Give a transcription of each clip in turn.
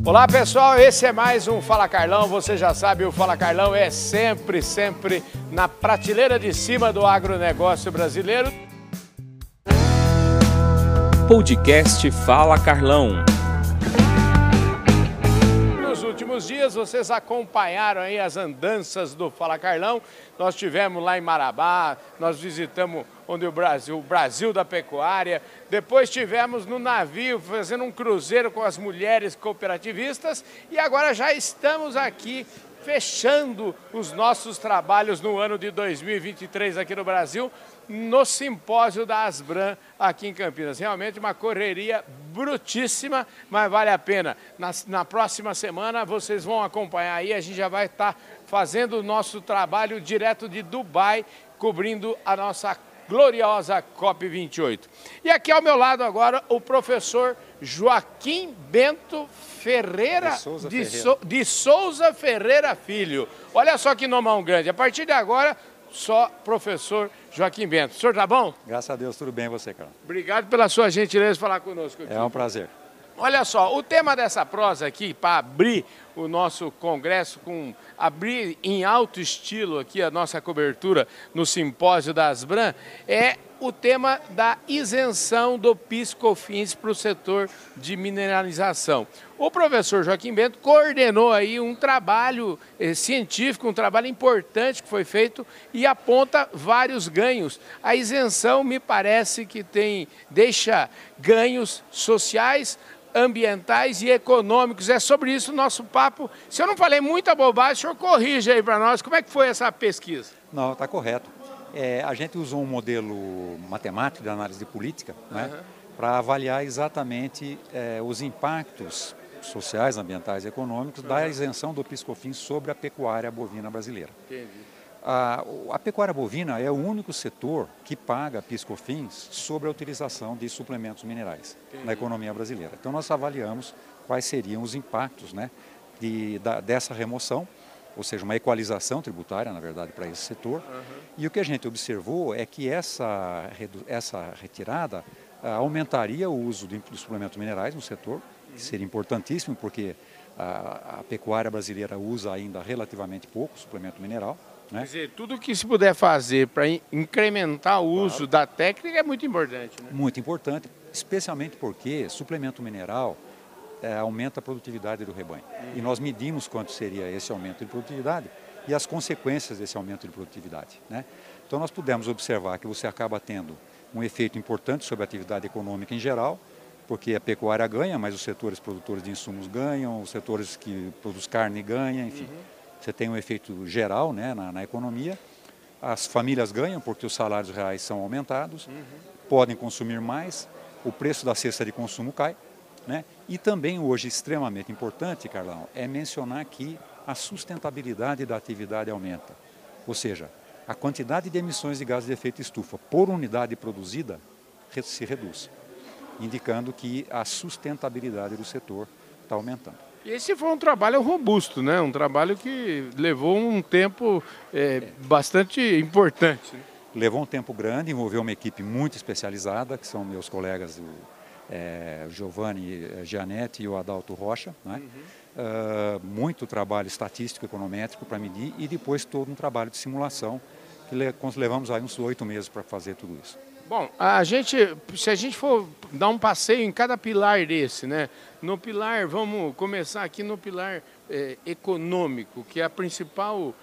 Olá pessoal, esse é mais um Fala Carlão. Você já sabe, o Fala Carlão é sempre na prateleira de cima do agronegócio brasileiro. Podcast Fala Carlão. Nos últimos dias vocês acompanharam aí as andanças do Fala Carlão. Nós tivemos lá em Marabá, nós visitamos onde o Brasil da pecuária. Depois tivemos no navio fazendo um cruzeiro com as mulheres cooperativistas e agora já estamos aqui fechando os nossos trabalhos no ano de 2023 aqui no Brasil, no simpósio da Asbram aqui em Campinas. Realmente uma correria brutíssima, mas vale a pena. Na próxima semana vocês vão acompanhar aí, a gente já vai estar fazendo o nosso trabalho direto de Dubai, cobrindo a nossa gloriosa COP28. E aqui ao meu lado agora o professor Joaquim Bento Ferreira de Souza Ferreira Filho. Olha só que nomão grande. A partir de agora, só professor Joaquim Bento. O senhor tá bom? Graças a Deus, tudo bem você, cara. Obrigado pela sua gentileza de falar conosco aqui. É um prazer. Olha só, o tema dessa prosa aqui, para abrir o nosso congresso, abrir em alto estilo aqui a nossa cobertura no simpósio da Asbram, é o tema da isenção do PIS/COFINS para o setor de mineralização. O professor Joaquim Bento coordenou aí um trabalho científico, um trabalho importante que foi feito e aponta vários ganhos. A isenção me parece que deixa ganhos sociais, ambientais e econômicos. É sobre isso o nosso papo. Se eu não falei muita bobagem, o senhor corrige aí para nós. Como é que foi essa pesquisa? Não, está correto. A gente usou um modelo matemático de análise de política, né, para avaliar exatamente os impactos sociais, ambientais e econômicos da isenção do PIS/COFINS sobre a pecuária bovina brasileira. Entendi. A pecuária bovina é o único setor que paga PIS/COFINS sobre a utilização de suplementos minerais na economia brasileira. Então nós avaliamos quais seriam os impactos, né, dessa remoção, ou seja, uma equalização tributária, na verdade, para esse setor. E o que a gente observou é que essa retirada aumentaria o uso de suplementos minerais no setor, que seria importantíssimo porque a pecuária brasileira usa ainda relativamente pouco suplemento mineral. Né? Quer dizer, tudo que se puder fazer para incrementar o uso da técnica é muito importante, né? Muito importante, especialmente porque suplemento mineral aumenta a produtividade do rebanho. E nós medimos quanto seria esse aumento de produtividade e as consequências desse aumento de produtividade. Né? Então nós pudemos observar que você acaba tendo um efeito importante sobre a atividade econômica em geral, porque a pecuária ganha, mas os setores produtores de insumos ganham, os setores que produzem carne ganham, enfim. Você tem um efeito geral, né, na economia, as famílias ganham porque os salários reais são aumentados, podem consumir mais, o preço da cesta de consumo cai, né? E também hoje extremamente importante, Carlão, é mencionar que a sustentabilidade da atividade aumenta, ou seja, a quantidade de emissões de gases de efeito estufa por unidade produzida se reduz, indicando que a sustentabilidade do setor está aumentando. E esse foi um trabalho robusto, né? Um trabalho que levou um tempo bastante importante. Levou um tempo grande, envolveu uma equipe muito especializada, que são meus colegas, o Giovanni Gianetti e o Adalto Rocha. Né? Muito trabalho estatístico, econométrico para medir e depois todo um trabalho de simulação, que levamos aí uns 8 meses para fazer tudo isso. Bom, se a gente for dar um passeio em cada pilar desse, né? No pilar, vamos começar aqui no pilar econômico, que é a principal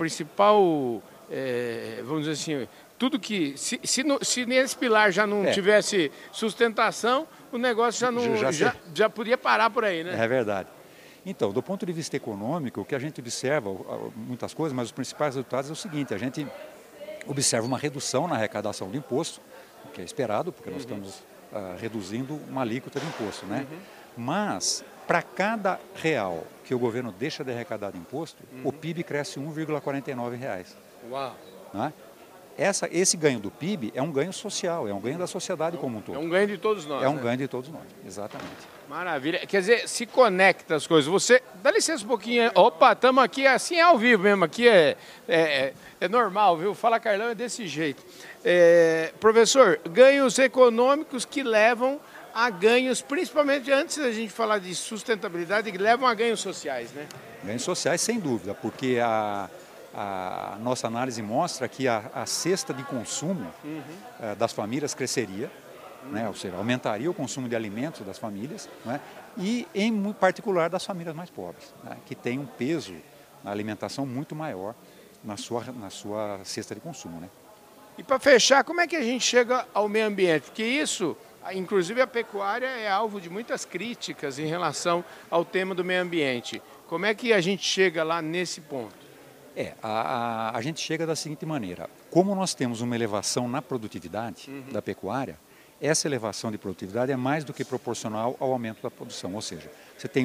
vamos dizer assim, tudo que, se nesse pilar já não tivesse sustentação, o negócio já podia parar por aí, né? É verdade. Então, do ponto de vista econômico, o que a gente observa, muitas coisas, mas os principais resultados é o seguinte: a gente observa uma redução na arrecadação de imposto, o que é esperado, porque nós estamos reduzindo uma alíquota de imposto, né? Mas, para cada real que o governo deixa de arrecadar de imposto, o PIB cresce R$ 1,49. Uau! Né? Esse ganho do PIB é um ganho social, é um ganho da sociedade como um todo. É um ganho de todos nós. É um ganho de todos nós, exatamente. Maravilha. Quer dizer, se conecta as coisas. Você, dá licença um pouquinho. Opa, estamos aqui assim ao vivo mesmo. Aqui é normal, viu? Fala Carlão é desse jeito. Professor, ganhos econômicos que levam a ganhos, principalmente antes da gente falar de sustentabilidade, que levam a ganhos sociais, né? Ganhos sociais, sem dúvida, porque a nossa análise mostra que a cesta de consumo das famílias cresceria, né? Ou seja, aumentaria o consumo de alimentos das famílias, né? E em particular das famílias mais pobres, né? Que tem um peso na alimentação muito maior na sua cesta de consumo, né? E para fechar, como é que a gente chega ao meio ambiente? Porque isso, inclusive a pecuária, é alvo de muitas críticas em relação ao tema do meio ambiente. Como é que a gente chega lá nesse ponto? A gente chega da seguinte maneira: como nós temos uma elevação na produtividade da pecuária, essa elevação de produtividade é mais do que proporcional ao aumento da produção, ou seja, você tem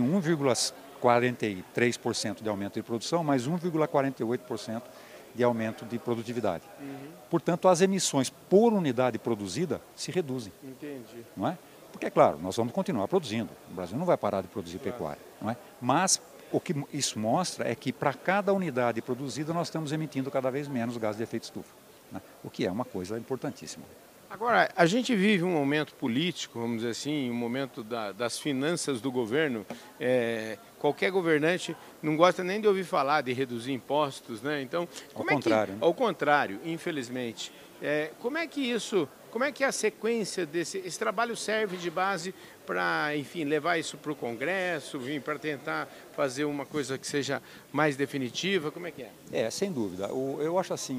1,43% de aumento de produção, mais 1,48% de aumento de produtividade. Portanto, as emissões por unidade produzida se reduzem. Entendi. Não é? Porque, é claro, nós vamos continuar produzindo. O Brasil não vai parar de produzir pecuária. Não é? Mas o que isso mostra é que para cada unidade produzida nós estamos emitindo cada vez menos gás de efeito estufa, né? O que é uma coisa importantíssima. Agora, a gente vive um momento político, vamos dizer assim, um momento das finanças do governo. Qualquer governante não gosta nem de ouvir falar de reduzir impostos, né? Então, ao contrário, infelizmente. Como é que a sequência esse trabalho serve de base para, enfim, levar isso para o Congresso, para tentar fazer uma coisa que seja mais definitiva? Como é que é? Sem dúvida. Eu acho assim,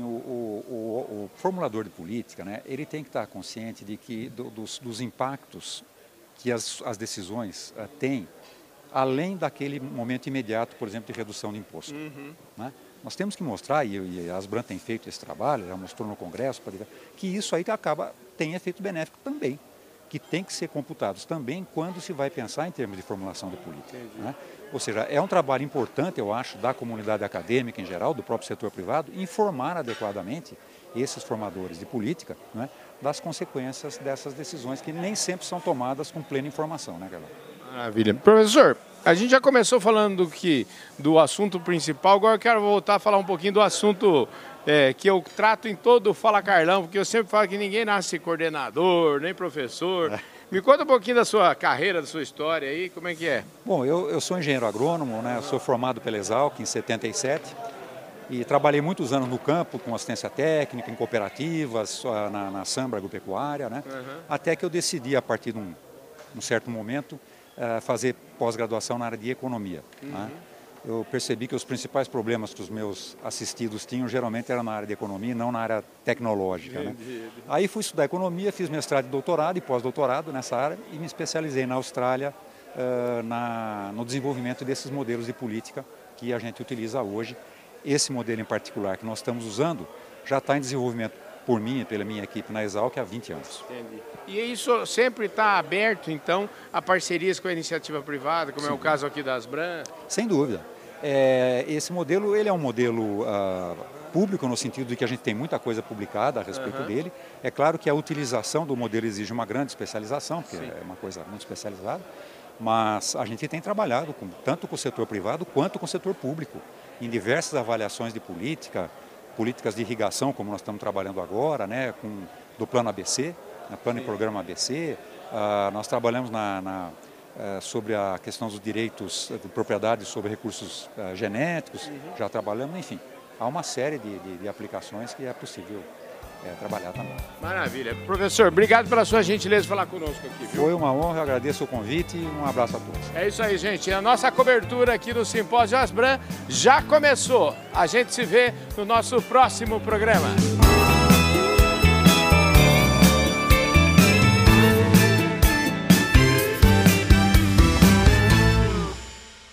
o formulador de política, né, ele tem que estar consciente de que dos impactos que as decisões têm, além daquele momento imediato, por exemplo, de redução de imposto. Né? Nós temos que mostrar, e a Asbram tem feito esse trabalho, já mostrou no Congresso, que isso aí tem efeito benéfico também, que tem que ser computados também quando se vai pensar em termos de formulação de política. Né? Ou seja, é um trabalho importante, eu acho, da comunidade acadêmica em geral, do próprio setor privado, informar adequadamente esses formadores de política, né, das consequências dessas decisões que nem sempre são tomadas com plena informação, né, Carlão? Maravilha. Professor, a gente já começou falando do assunto principal, agora eu quero voltar a falar um pouquinho do assunto que eu trato em todo o Fala Carlão, porque eu sempre falo que ninguém nasce coordenador, nem professor. Me conta um pouquinho da sua carreira, da sua história aí, como é que é? Bom, eu sou engenheiro agrônomo, né? Eu sou formado pela Exalc em 77 e trabalhei muitos anos no campo com assistência técnica, em cooperativas, na Sambra Agropecuária, né? Até que eu decidi, a partir de um certo momento, fazer pós-graduação na área de economia. Né? Eu percebi que os principais problemas que os meus assistidos tinham geralmente eram na área de economia e não na área tecnológica. Né? Aí fui estudar economia, fiz mestrado e doutorado e pós-doutorado nessa área e me especializei na Austrália no desenvolvimento desses modelos de política que a gente utiliza hoje. Esse modelo em particular que nós estamos usando já está em desenvolvimento por mim e pela minha equipe na Exalc há 20 anos. Entendi. E isso sempre está aberto, então, a parcerias com a iniciativa privada, como Sim. É o caso aqui da Asbram? Sem dúvida. Esse modelo ele é um modelo público, no sentido de que a gente tem muita coisa publicada a respeito dele. É claro que a utilização do modelo exige uma grande especialização, porque Sim. É uma coisa muito especializada, mas a gente tem trabalhado tanto com o setor privado quanto com o setor público, em diversas avaliações de políticas de irrigação, como nós estamos trabalhando agora, né, do Plano ABC, Plano e Programa ABC. Nós trabalhamos sobre a questão dos direitos de propriedade sobre recursos genéticos, já trabalhamos, enfim, há uma série de aplicações que é possível trabalhar também. Maravilha. Professor, obrigado pela sua gentileza de falar conosco aqui, viu? Foi uma honra, eu agradeço o convite e um abraço a todos. É isso aí, gente. A nossa cobertura aqui do Simpósio Asbram já começou. A gente se vê no nosso próximo programa.